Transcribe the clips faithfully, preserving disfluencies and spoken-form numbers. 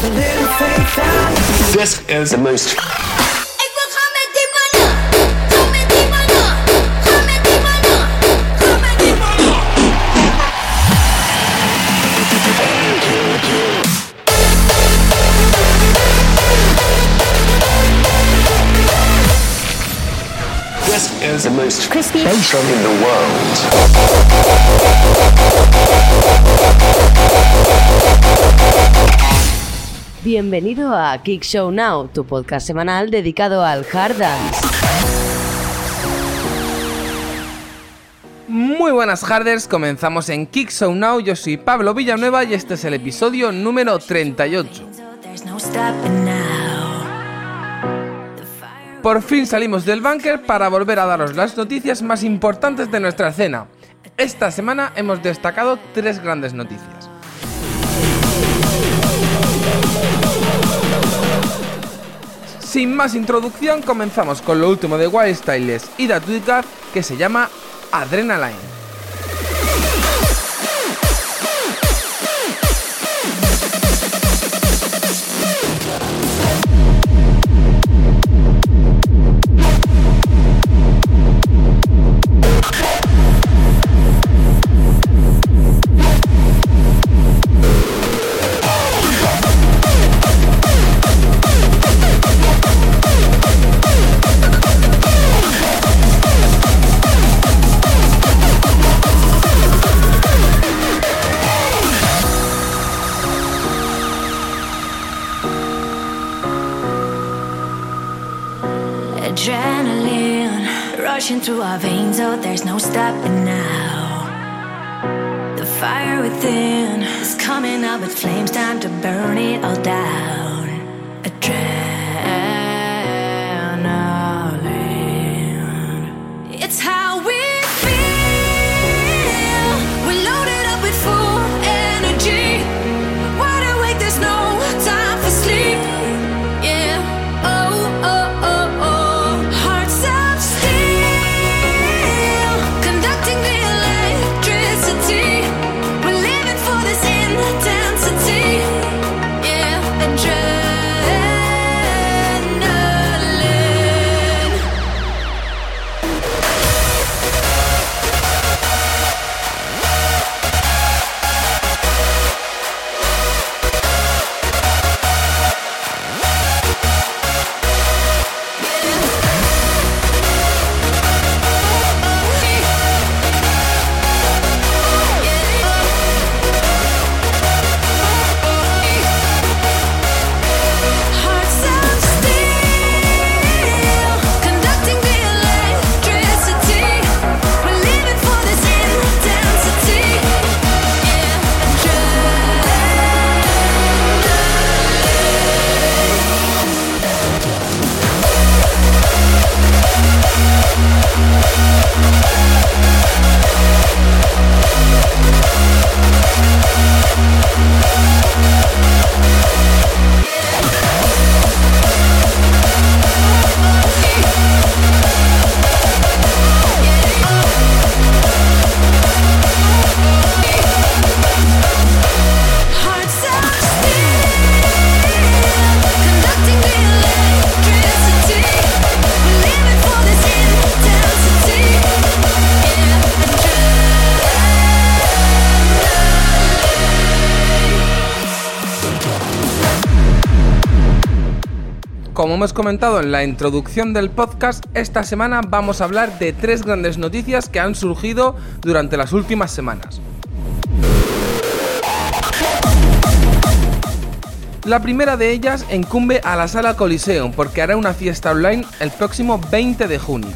This is the most. This is the most crispy station in the world. Bienvenido a Kick Show Now, tu podcast semanal dedicado al hard dance. Muy buenas harders, comenzamos en Kick Show Now. Yo soy Pablo Villanueva y este es el episodio número treinta y ocho. Por fin salimos del búnker para volver a daros las noticias más importantes de nuestra escena. Esta semana hemos destacado tres grandes noticias. Sin más introducción, comenzamos con lo último de Wild Styles y Da Tweeka, que se llama Adrenaline. Adrenaline rushing through our veins, oh, there's no stopping now. The fire within is coming up with flames, time to burn it all down. Adrenaline, it's how we feel. We're loaded up with full energy. Wide awake, there's no time for sleep. Yeah, oh, oh. Como hemos comentado en la introducción del podcast, esta semana vamos a hablar de tres grandes noticias que han surgido durante las últimas semanas. La primera de ellas incumbe a la Sala Coliseum porque hará una fiesta online el próximo veinte de junio.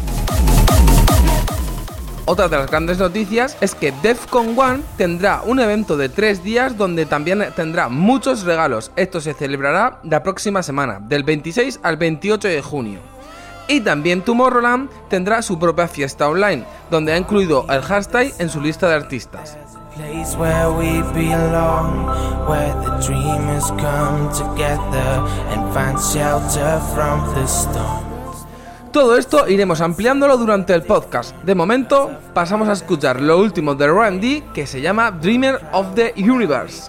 Otra de las grandes noticias es que Defcon One tendrá un evento de tres días donde también tendrá muchos regalos. Esto se celebrará la próxima semana, del veintiséis al veintiocho de junio. Y también Tomorrowland tendrá su propia fiesta online, donde ha incluido el hardstyle en su lista de artistas. Todo esto iremos ampliándolo durante el podcast. De momento, pasamos a escuchar lo último de R and D, que se llama Dreamer of the Universe.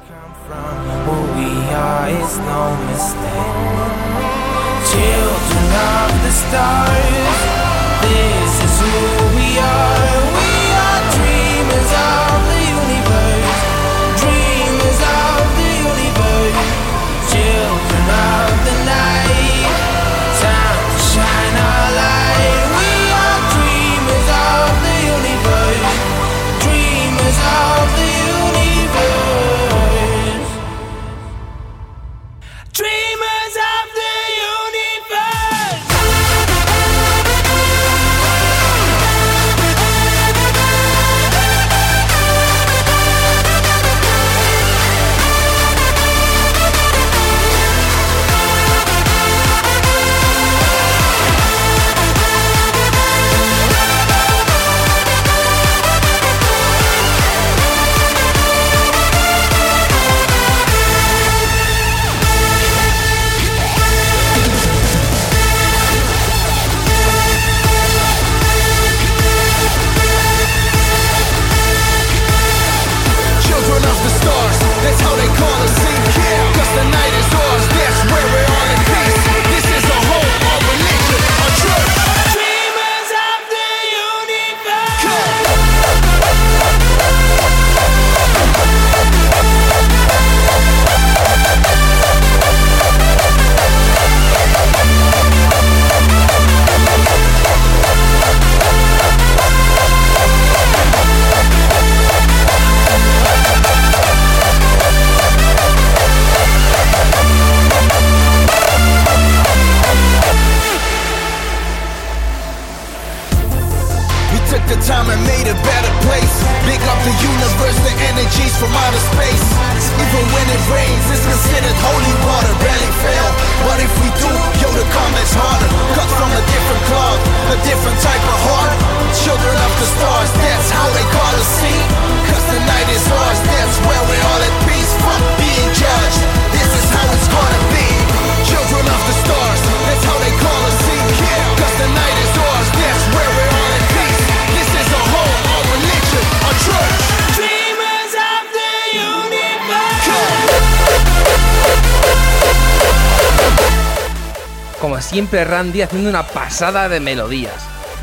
Como siempre, Randy haciendo una pasada de melodías.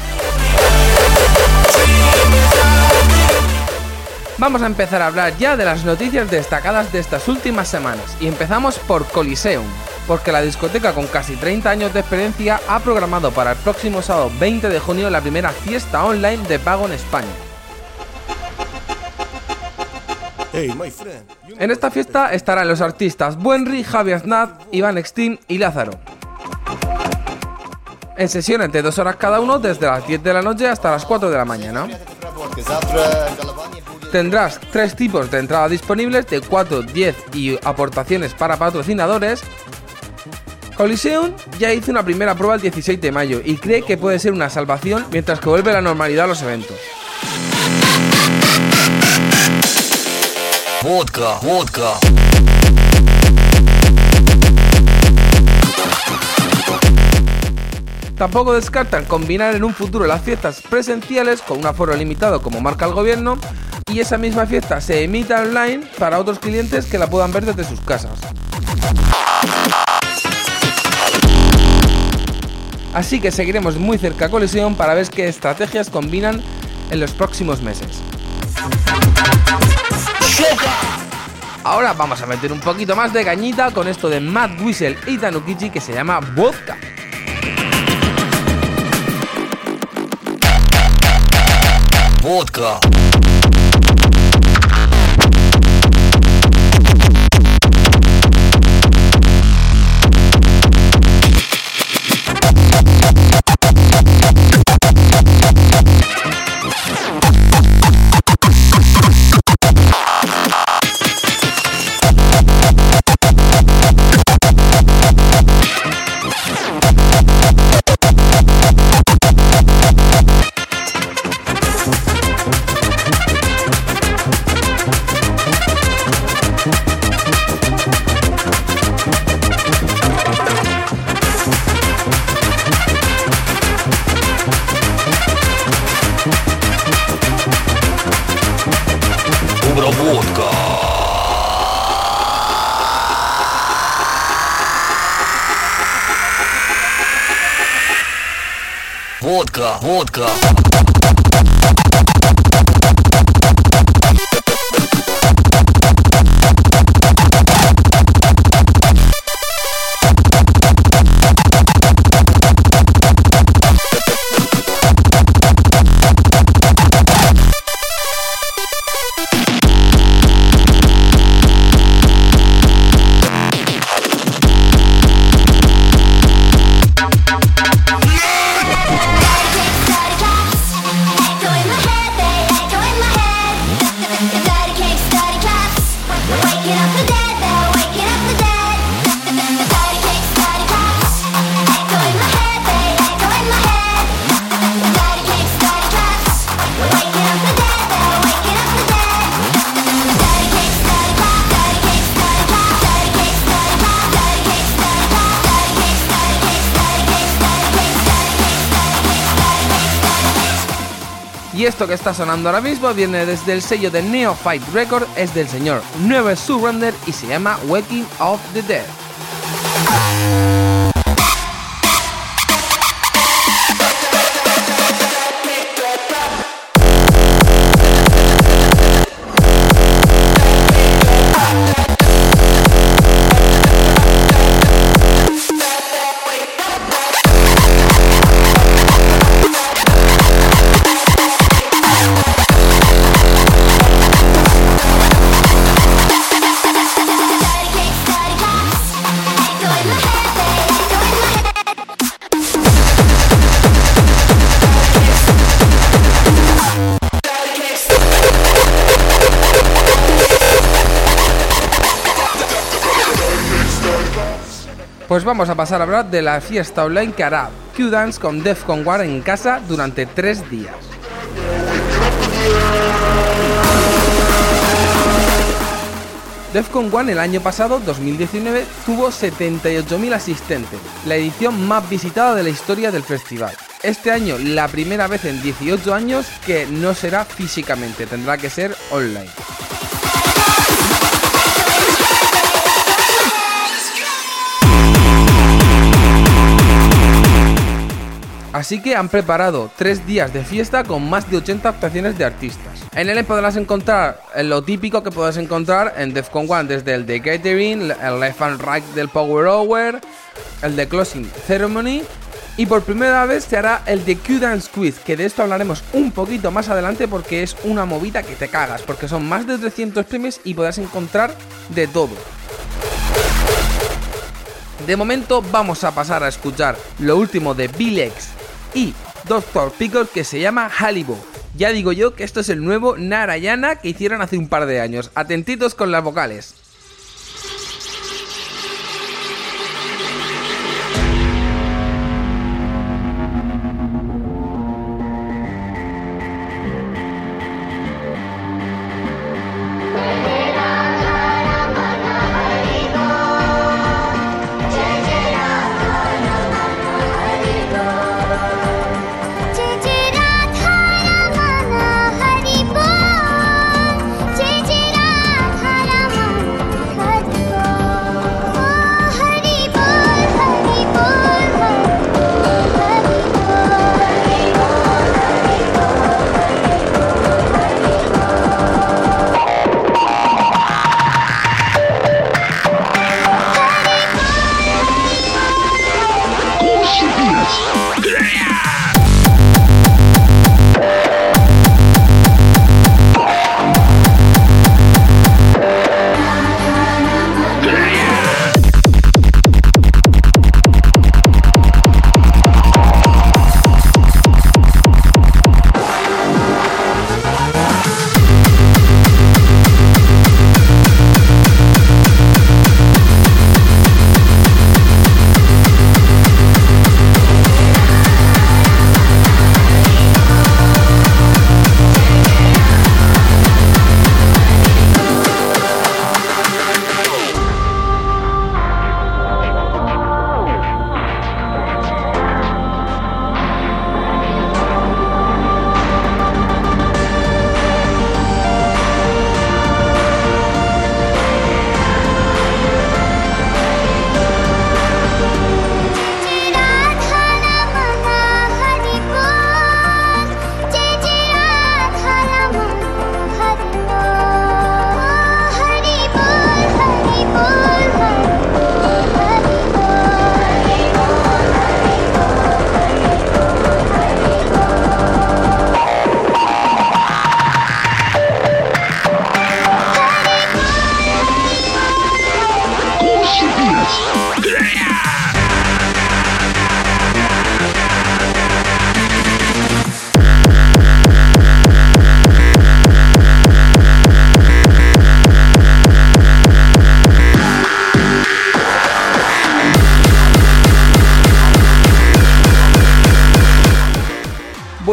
Vamos a empezar a hablar ya de las noticias destacadas de estas últimas semanas y empezamos por Coliseum, porque la discoteca con casi treinta años de experiencia ha programado para el próximo sábado veinte de junio la primera fiesta online de pago en España. En esta fiesta estarán los artistas Buenry, Javi Aznar, Iván Extreme y Lázaro, en sesiones de dos horas cada uno desde las diez de la noche hasta las cuatro de la mañana. Tendrás tres tipos de entrada disponibles de cuatro, diez y aportaciones para patrocinadores. Coliseum ya hizo una primera prueba el dieciséis de mayo y cree que puede ser una salvación mientras que vuelve la normalidad a los eventos. Vodka, vodka. Tampoco descartan combinar en un futuro las fiestas presenciales con un aforo limitado como marca el gobierno y esa misma fiesta se emita online para otros clientes que la puedan ver desde sus casas. Así que seguiremos muy cerca a Coliseum para ver qué estrategias combinan en los próximos meses. Ahora vamos a meter un poquito más de cañita con esto de Mad Whistle y Tanukichi que se llama Vodka. Vodka. vodka, vodka. Y esto que está sonando ahora mismo viene desde el sello de Neophyte Records, es del señor Never Surrender y se llama Waking of the Dead. Pues vamos a pasar a hablar de la fiesta online que hará Q-Dance con Defqon One en casa durante tres días. Defqon One el año pasado, dos mil diecinueve, tuvo setenta y ocho mil asistentes, la edición más visitada de la historia del festival. Este año, la primera vez en dieciocho años que no será físicamente, tendrá que ser online. Así que han preparado tres días de fiesta con más de ochenta actuaciones de artistas. En él podrás encontrar lo típico que puedes encontrar en Defqon One, desde el de Catering, el Left and Right del Power Hour, el de Closing Ceremony, y por primera vez se hará el de Q-Dance Quiz, que de esto hablaremos un poquito más adelante porque es una movida que te cagas, porque son más de trescientos premios y podrás encontrar de todo. De momento vamos a pasar a escuchar lo último de Bilex y doctor Pickle, que se llama Halibo. Ya digo yo que esto es el nuevo Narayana que hicieron hace un par de años. Atentitos con las vocales.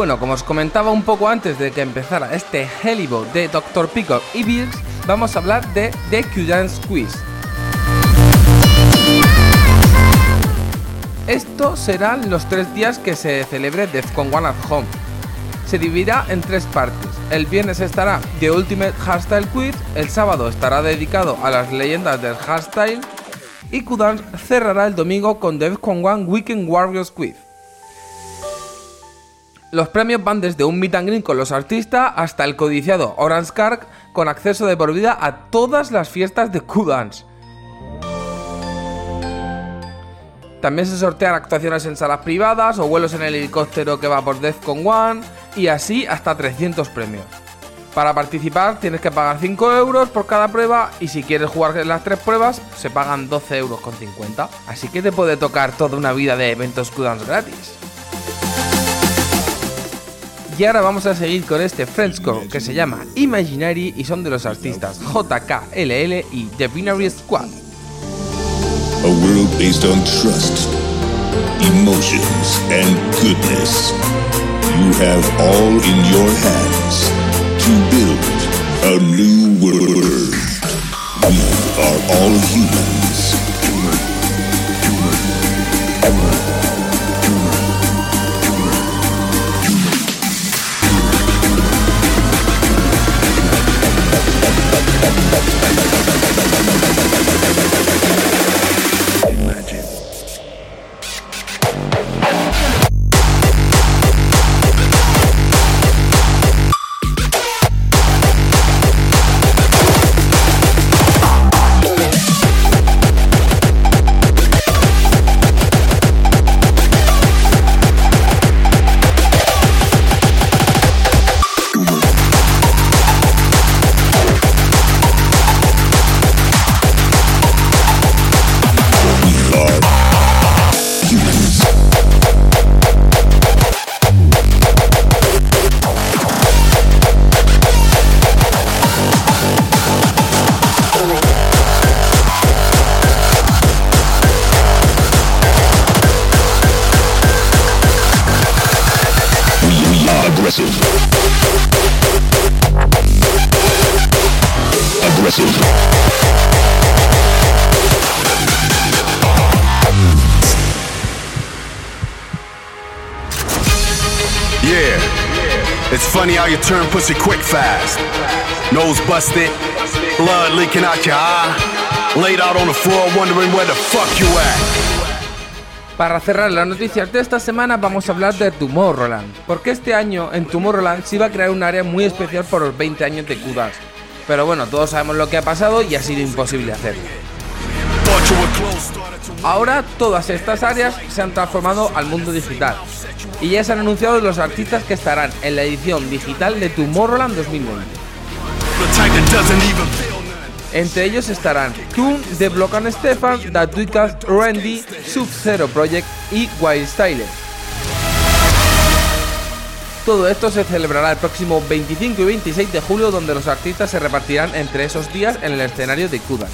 bueno, como os comentaba un poco antes de que empezara este Hellibo de doctor Peacock y Bills, vamos a hablar de The Q-Dance Quiz. Esto serán los tres días que se celebre Defcon One at Home. Se dividirá en tres partes. El viernes estará The Ultimate Hardstyle Quiz, el sábado estará dedicado a las leyendas del hardstyle y Q-Dance cerrará el domingo con Defcon One Weekend Warriors Quiz. Los premios van desde un meet and greet con los artistas hasta el codiciado Orange Card con acceso de por vida a todas las fiestas de Q-Dance. También se sortean actuaciones en salas privadas o vuelos en el helicóptero que va por Defcon One y así hasta trescientos premios. Para participar tienes que pagar cinco euros por cada prueba y si quieres jugar en las tres pruebas se pagan doce euros con cincuenta. Así que te puede tocar toda una vida de eventos Q-Dance gratis. Y ahora vamos a seguir con este Frenchcore que se llama Imaginary y son de los artistas J K L L y The Binary Squad. A world based on trust, emotions, and goodness. You have all in your hands to build a new world. We are all humans. Human, human, human. It's funny how you turn pussy quick fast. Nose busted, blood leaking out your eye. Laid out on the floor wondering where the fuck you at. Para cerrar las noticias de esta semana vamos a hablar de Tomorrowland, porque este año en Tomorrowland se iba a crear un área muy especial por los veinte años de Q-Dance. Pero bueno, todos sabemos lo que ha pasado y ha sido imposible hacerlo. Ahora todas estas áreas se han transformado al mundo digital y ya se han anunciado los artistas que estarán en la edición digital de Tomorrowland dos mil veinte. Entre ellos estarán Toon, The Block and Stefan, The Tweakers, Randy, Sub-Zero Project y Wild Style. Todo esto se celebrará el próximo veinticinco y veintiséis de julio, donde los artistas se repartirán entre esos días en el escenario de Q-Dance.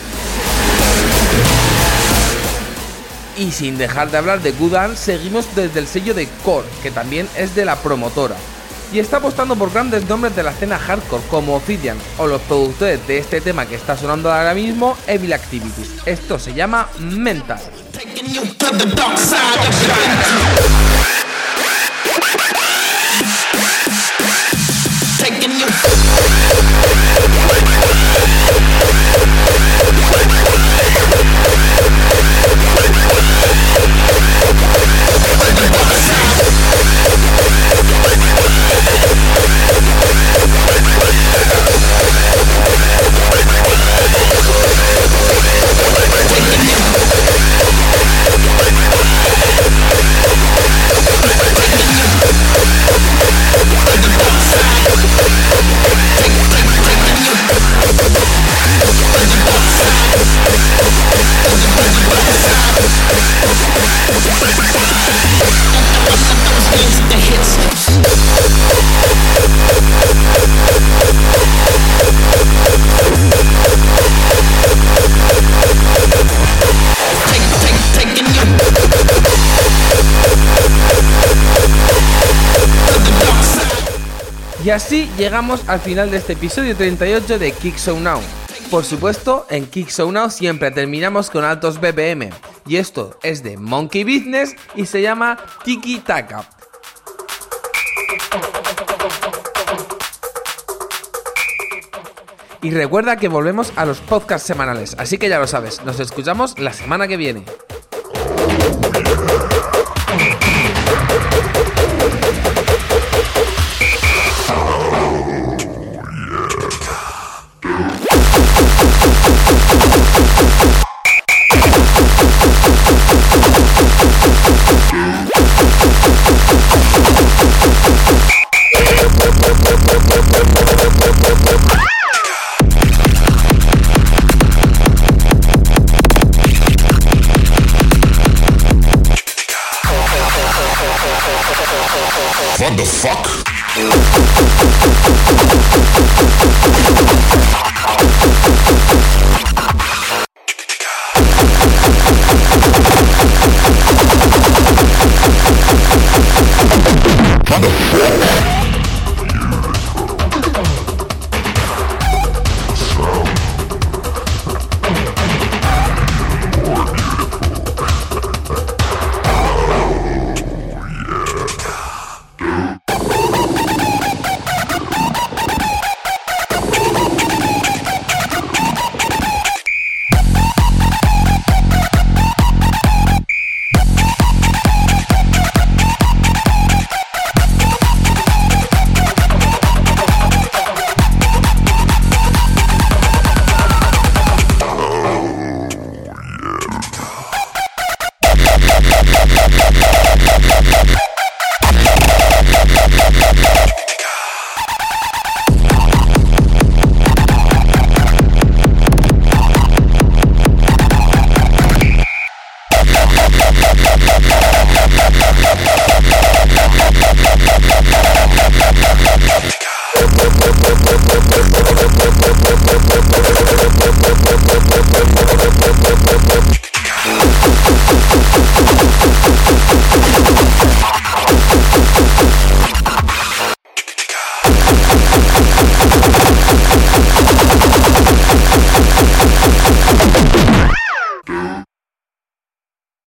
Y sin dejar de hablar de Q-Dance, seguimos desde el sello de Core, que también es de la promotora, y está apostando por grandes nombres de la escena hardcore como Obsidian o los productores de este tema que está sonando ahora mismo, Evil Activities. Esto se llama Mental. Y así llegamos al final de este episodio treinta y ocho de Kick Show Now. Por supuesto, en Kick Show Now siempre terminamos con altos B P M. Y esto es de Monkey Business y se llama Tiki Taka. Y recuerda que volvemos a los podcasts semanales, así que ya lo sabes, nos escuchamos la semana que viene. What the fuck? What the fuck?